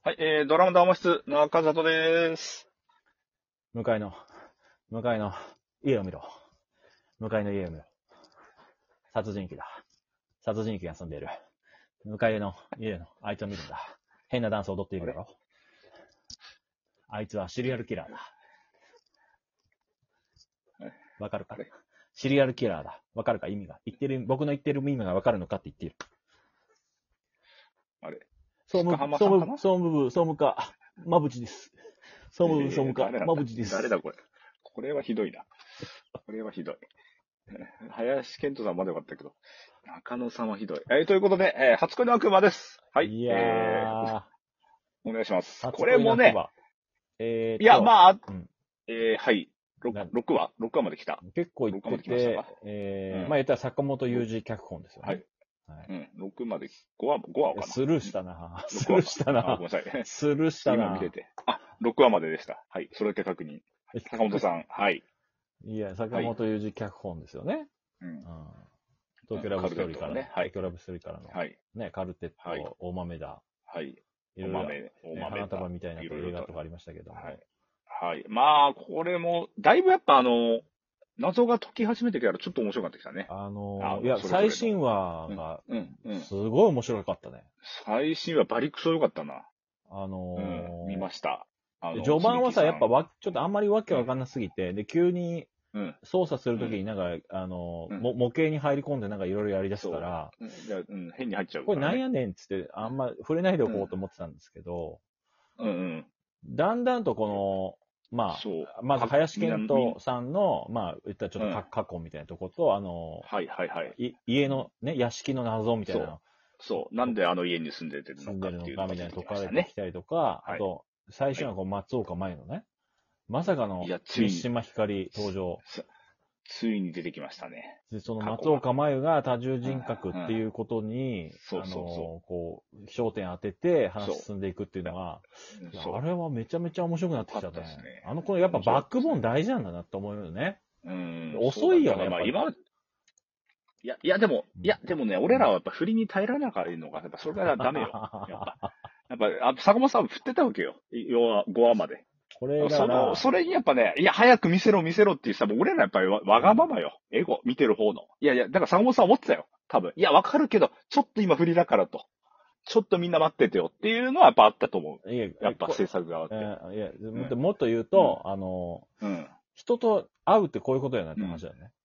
はい、ドラマ談話室、中里です。 向かいの家を見ろ。向かいの家を見ろ。殺人鬼だ。殺人鬼が住んでいる。向かいの家のあいつを見るんだ。変なダンスを踊っているだろ。あいつはシリアルキラーだ。わかるか？シリアルキラーだ。わかるか？意味が。僕の言ってる意味がわかるのかって言っている。 あれ総務課、まぶちです。総務課、まぶちです。 誰だこれ。これはひどいな。これはひどい。林健人さんまでよかったけど、中野さんはひどい。ということで、初恋の悪魔です。はい。 いやー。 お願いします。これもね、 いや、まあ、 うん、 はい。6話まで来た。 結構行ってて、まあ言ったら坂本雄二脚本ですよね。はい。 6まで、5話かな。 スルーしたな。スルーしたな。 ごめんなさい。 スルーしたな。 今見てて。6話まででした。はい。それだけ確認。坂本さん、はい。 いや、坂本雄二脚本ですよね。東京ラブストーリーから、東京ラブストーリーからの、ね、カルテット、大豆だ。 はい。 大豆。花束みたいな映画とかありましたけども。 はい。まあ、これも、だいぶやっぱ謎が解き始めてからちょっと面白かったきたね。 いや、最新話が、すごい面白かったね。 最新話バリクソ良かったな。見ました。 序盤はさ、やっぱちょっとあんまりわけわかんなすぎて、で、急に、操作するときになんか、模型に入り込んでなんかいろいろやり出すから、 変に入っちゃうこれなんやねんっつって、あんま触れないでおこうと思ってたんですけど、だんだんとこの、まあ、まず林遣都さんの、まあ、言ったらちょっと過去みたいなとこと、家のね、屋敷の謎みたいな。 そう。なんであの家に住んでるのかっていうのがみたいなとこから出てきたりとか、あと、最初はこう松岡茉優のね、まさかの三島ひかり登場。 ついに出てきましたね。 で、その松岡茉優が多重人格っていうことに、こう、焦点当てて話進んでいくっていうのが、あれはめちゃめちゃ面白くなってきたね。これやっぱバックボーン大事なんだなって思うよね。遅いよね、やっぱり。 いやでもね、俺らはやっぱ振りに耐えられなかったのが、やっぱそれがダメよ。やっぱ、坂本さん振ってたわけよ。5話まで。 これそれにやっぱね、いや、早く見せろって言ってさ、俺らやっぱりわがままよ。エゴ、見てる方の。いや、だから坂本さん思ってたよ。多分。いや、わかるけど、ちょっと今振りだからと。ちょっとみんな待っててよっていうのはやっぱあったと思う。やっぱ制作側って。 いや、もっと言うと、人と会うってこういうことやなって話だよね。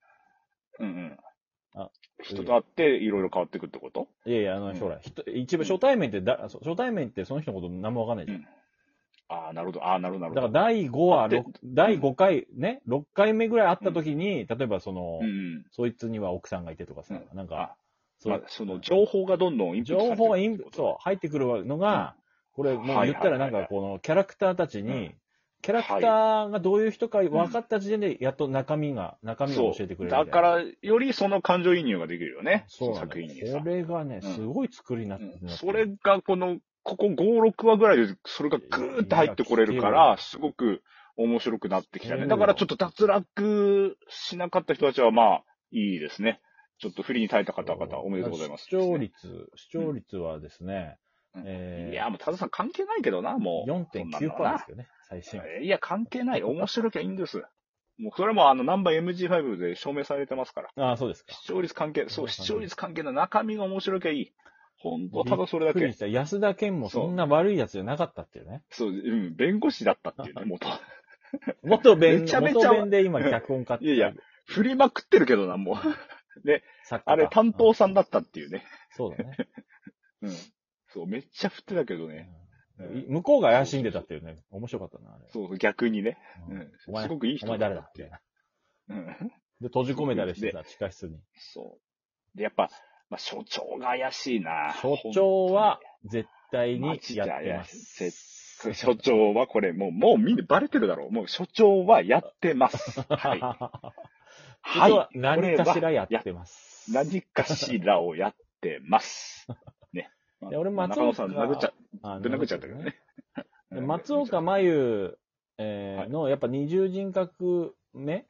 人と会っていろいろ変わっていくってこと？ いや、将来。一部初対面ってその人のこと何もわかんないじゃん。 なるほど。なるほど。 だから第5回、ね、6回目ぐらい会った時に、例えばそいつには奥さんがいてとかさ、なんか、 その情報がどんどん情報が入ってくるのが、これもう言ったらなんかこのキャラクターたちに、キャラクターがどういう人か分かった時点で、やっと中身を教えてくれる。 だから、よりその感情移入ができるよね。 そう作品にさ。これがね、すごい作りになってる。 それがここ5、6話ぐらいで、それがグーって入ってこれるから、すごく面白くなってきたね。だからちょっと脱落しなかった人たちはまあ、いいですね。ちょっと振りに耐えた方々、おめでとうございます。 視聴率はですね、 いや、もう、たださん関係ないけどな、もう。 4.9% ですよね、最新。 いや、関係ない。面白きゃいいんです。もう、それもナンバー MG5 で証明されてますから。 そうですか。 視聴率関係の中身が面白きゃいい。本当ただそれだけ。 安田健もそんな悪いやつじゃなかったっていうね。 そう、弁護士だったっていうね、 元弁で今脚本家って。 いや、振りまくってるけどな、もう。で、あれ担当さんだったっていうね。 そうだね。 そう、めっちゃ振ってたけどね。 向こうが怪しんでたっていうね、面白かったな、あれ。 そう、逆にね。すごくいい人だ。お前誰だって。で、閉じ込めたりしてさ、地下室に。 そう。で、やっぱ、所長が怪しいな。 所長は絶対にやってます。 所長はこれ、もうみんなバレてるだろう。もう所長はやってます。はい。 はい。何かしらやってます。 何かしらをやってます。ね。 俺、 中野さんぶん殴っちゃったけどね。 松岡茉優のやっぱ二重人格目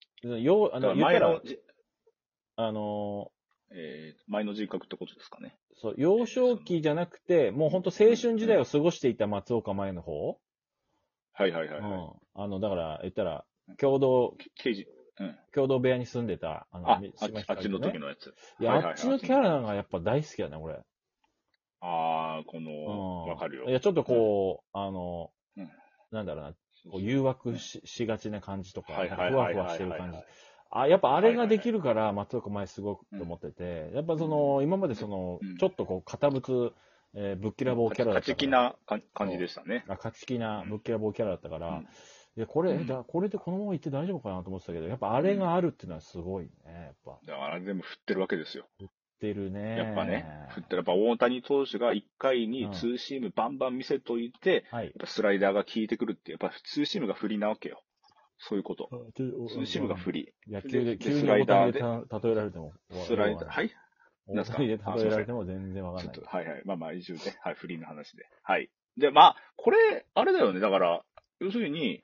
前の人格ってことですかね。 そう、幼少期じゃなくて、もうほんと青春時代を過ごしていた松岡茉優の方。 はいはいはいはい。 だから、言ったら、共同刑事。うん。 部屋に住んでた、 あっちの島ひかりとね。 時のやつ。 いや、あっちのキャラがやっぱ大好きだね、俺。 ああ、この、わかるよ。 いや、ちょっとこう、 うん。 なんだろうな、こう誘惑しがちな感じとか、 はいはいふわふはいはいわしてる感じはい。。 やっぱあれができるから、松岡茉優すごくと思ってて、やっぱ今までちょっとこう、堅物、ぶっきらぼうキャラだったから。 勝ち気な感じでしたね。 勝ち気なぶっきらぼうキャラだったから、いや、これでこのまま行って大丈夫かなと思ってたけど、やっぱあれがあるっていうのはすごいね、やっぱ。 だから全部振ってるわけですよ。 振ってるね。 やっぱね、振ってる。やっぱ大谷投手が1回にツーシームバンバン見せといて、やっぱスライダーが効いてくるって、やっぱツーシームが振りなわけよ。そういうこと。ツーシームが振り。 野球で、急にスライダーで。 例えられても。 スライダー、はい何すか？例えられても全然わかんない。 はいはい。まあ、一応ね。はい、フリーの話で。はい。で、まあ、これ、あれだよね。だから、要するに、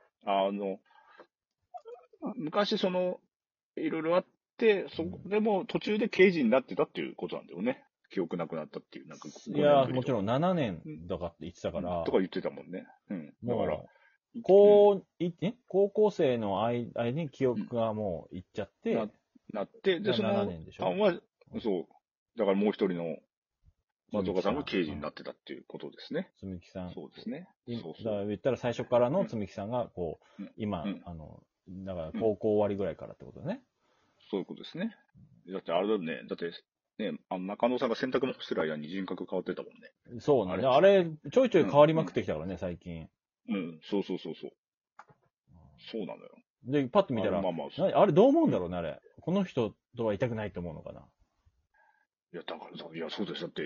昔いろいろあって、でも途中で刑事になってたっていうことなんだよね。記憶なくなったっていう。なんかいや、もちろん7年だかって言ってたから。 とか言ってたもんね。うん。だから、 高校生の間に記憶がもういっちゃって。 なって、で、その 7年でしょ。 そう。だからもう一人の松岡さんが刑事になってたっていうことですね。 つみきさん。 そうですね。 だから言ったら最初からのつみきさんが、こう、今、だから高校終わりぐらいからってことね。 そういうことですね。だってあれだよね。だって、ね、中野さんが洗濯物してる間に人格変わってたもんね。 そうね。あれ、ちょいちょい変わりまくってきたからね、最近。 そう。そうなのよ。 で、パッと見たら、あれどう思うんだろうね、あれ。この人とはいたくないと思うのかな。 いや、だからさ、いや、そうです。だって、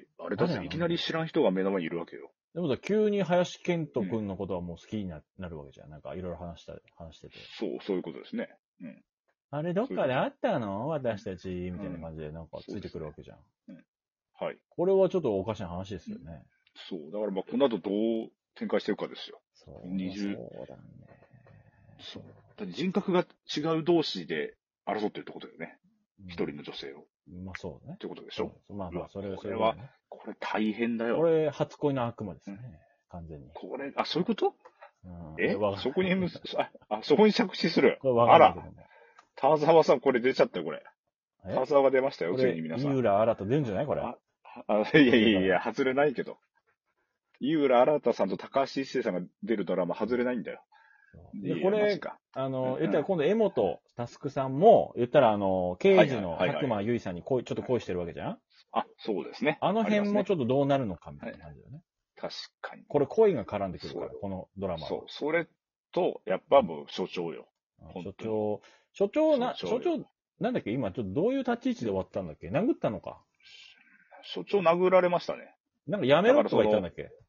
あれだっていきなり知らん人が目の前にいるわけよ。 でもさ、急に林健人君のことはもう好きになるわけじゃん。なんかいろいろ話してて。 そういうことですね。うん。 あれどっかであったの私たち、みたいな感じでなんかついてくるわけじゃん。 はい。 これはちょっとおかしな話ですよね。 そう。だからまあ、この後どう展開していくかですよ。 そうだね。 そう。だって人格が違う同士で争ってるってことだよね。一人の女性を。 まあそうね。 ってことでしょ。 まあ、それは、これ大変だよ。 これ、初恋の悪魔ですね。完全に。 これ、そういうことそこに、着地する。 あら。 田沢さん、これ出ちゃったよ、これ。田沢が出ましたよ、ついに皆さん。 井浦新出るんじゃないこれ。 いや、外れないけど。井浦新さんと高橋一生さんが出るドラマ外れないんだよ。 で、これ、言ったら今度、江本佑さんも、言ったら刑事の佐久間由衣さんにちょっと恋してるわけじゃんそうですね。 あの辺もちょっとどうなるのかみたいな感じだよね。 確かに。 これ恋が絡んでくるから、このドラマは。 そう、それと、やっぱもう所長よ。 所長、なんだっけ今、ちょっとどういう立ち位置で終わったんだっけ殴ったのか。 所長殴られましたね。 なんかやめろとか言ったんだっけ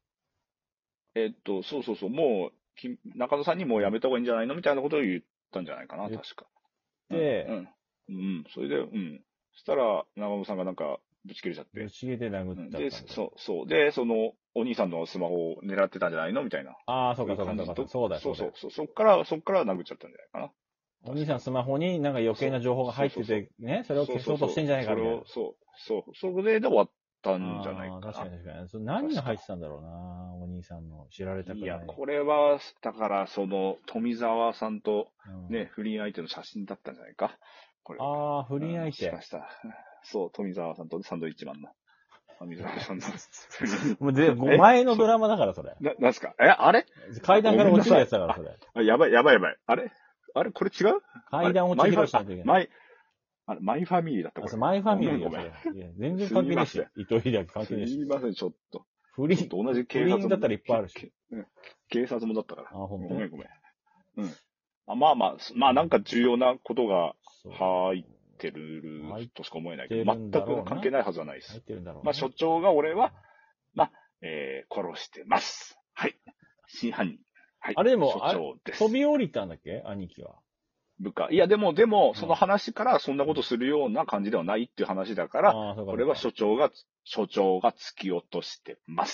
そう、もう、中田さんにもうやめた方がいいんじゃないのみたいなことを言ったんじゃないかな、確か。 で、 それで、そしたら、長野さんがなんか、ぶち切れちゃって。 ぶち切れて殴った。 で、そう。で、お兄さんのスマホを狙ってたんじゃないのみたいな。 そうか。そうだ。 そっから殴っちゃったんじゃないかな。 お兄さんスマホになんか余計な情報が入ってて、ね、それを消そうとしてんじゃないかみたいな。 それで終わったんじゃないかな。 確かに。何が入ってたんだろうな、お兄さんの知られたくない。いや、 これは、だから、富澤さんと、ね、不倫相手の写真だったんじゃないか。これ不倫相手。 そう、富澤さんとサンドイッチマンの。富澤さんの。 もう前のドラマだから、それ。 なんすかあれ階段から落ちるやつだから、それ。 やばい。あれこれ違う階段落ちるしないといけない。 マイファミリーだったこれ。 マイファミリーだ、それ。全然関係ないし。伊藤英明関係ないし。 すみません、ちょっと。 不倫同じ警察も。 だったらいっぱいあるし。 警察もだったから。 ほんと。 ごめん。まあ、なんか重要なことが入ってるとしか思えないけど、全く関係ないはずはないです。まあ、所長が俺は、殺してます。はい。真犯人。はい。 あれでも、飛び降りたんだっけ兄貴は。 部下。いや、でも、その話からそんなことするような感じではないっていう話だから、これは所長が突き落としてます。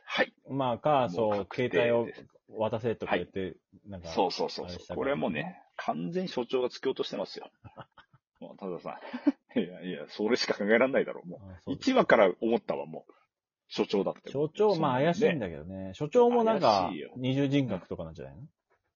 はい。 携帯を渡せとか言って、なんか。 そう。これもね、完全に所長が突き落としてますよ。もう、たださん。 いやいや、それしか考えられないだろう、もう。 あそうです 1話から思ったわ、もう。所長だって。 所長、まあ怪しいんだけどね。所長もなん怪かしいよ、 二重人格とかなんじゃないの？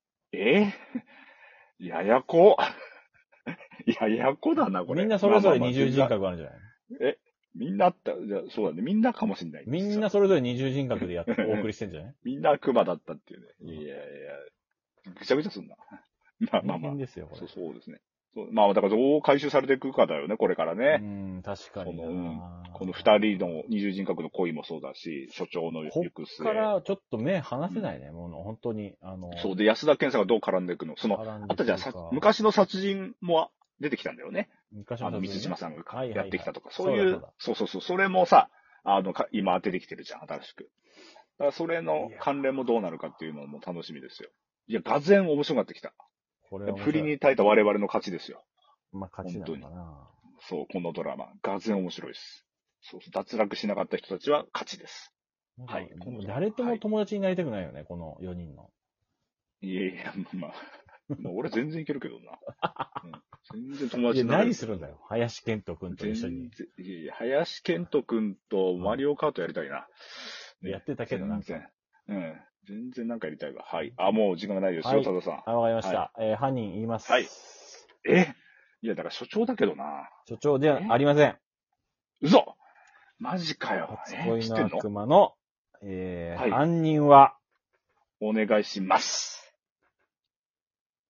ややこ。ややこだな、これ。 みんなそれぞれまあまあまあ二重人格あるんじゃないの？ みんなあった、じゃあそうだね。みんなかもしんない。 みんなそれぞれ二重人格でお送りしてんじゃない？ みんな熊だったっていうね。いやいやいや、ぐちゃぐちゃすんな。まあまあ大まあ。 変ですよ、これ。 そうですね。そうまあ、だからどう回収されていくかだよね、これからね。 確かにな。 この二人の二重人格の恋もそうだし、所長の行こく末。 っからちょっと目離せないね、もう本当に。 そうで、安田健さんがどう絡んでいくの。あとじゃあ昔の殺人も出てきたんだよね。 昔の殺人ね。 水島さんがはいはいはいやってきたとか、 そういう、 そう、それもさ、今出てきてるじゃん、新しく。だからそれの関連もどうなるかっていうのも楽しみですよ。いや、がぜん面白くなってきた。 これは振りに耐えた我々の勝ちですよ。 まあ、勝ちなのかな。 そう、このドラマ。がぜん面白いです。そう、脱落しなかった人たちは勝ちです。はい。 誰とも友達になりたくないよね、この4人の。 いやいや、まあ、俺全然いけるけどな。全然友達になる。何するんだよ、林健人君と一緒に。 いや、林健人君とマリオカートやりたいな。 やってたけどな。 全然なんかやりたいわ。はい。もう時間がないですよ、多田さん。 わかりました。犯人言います。 はい。いや、だから所長だけどな。 所長ではありません。 嘘マジかよ。 初恋の悪魔の、犯人は、 お願いします。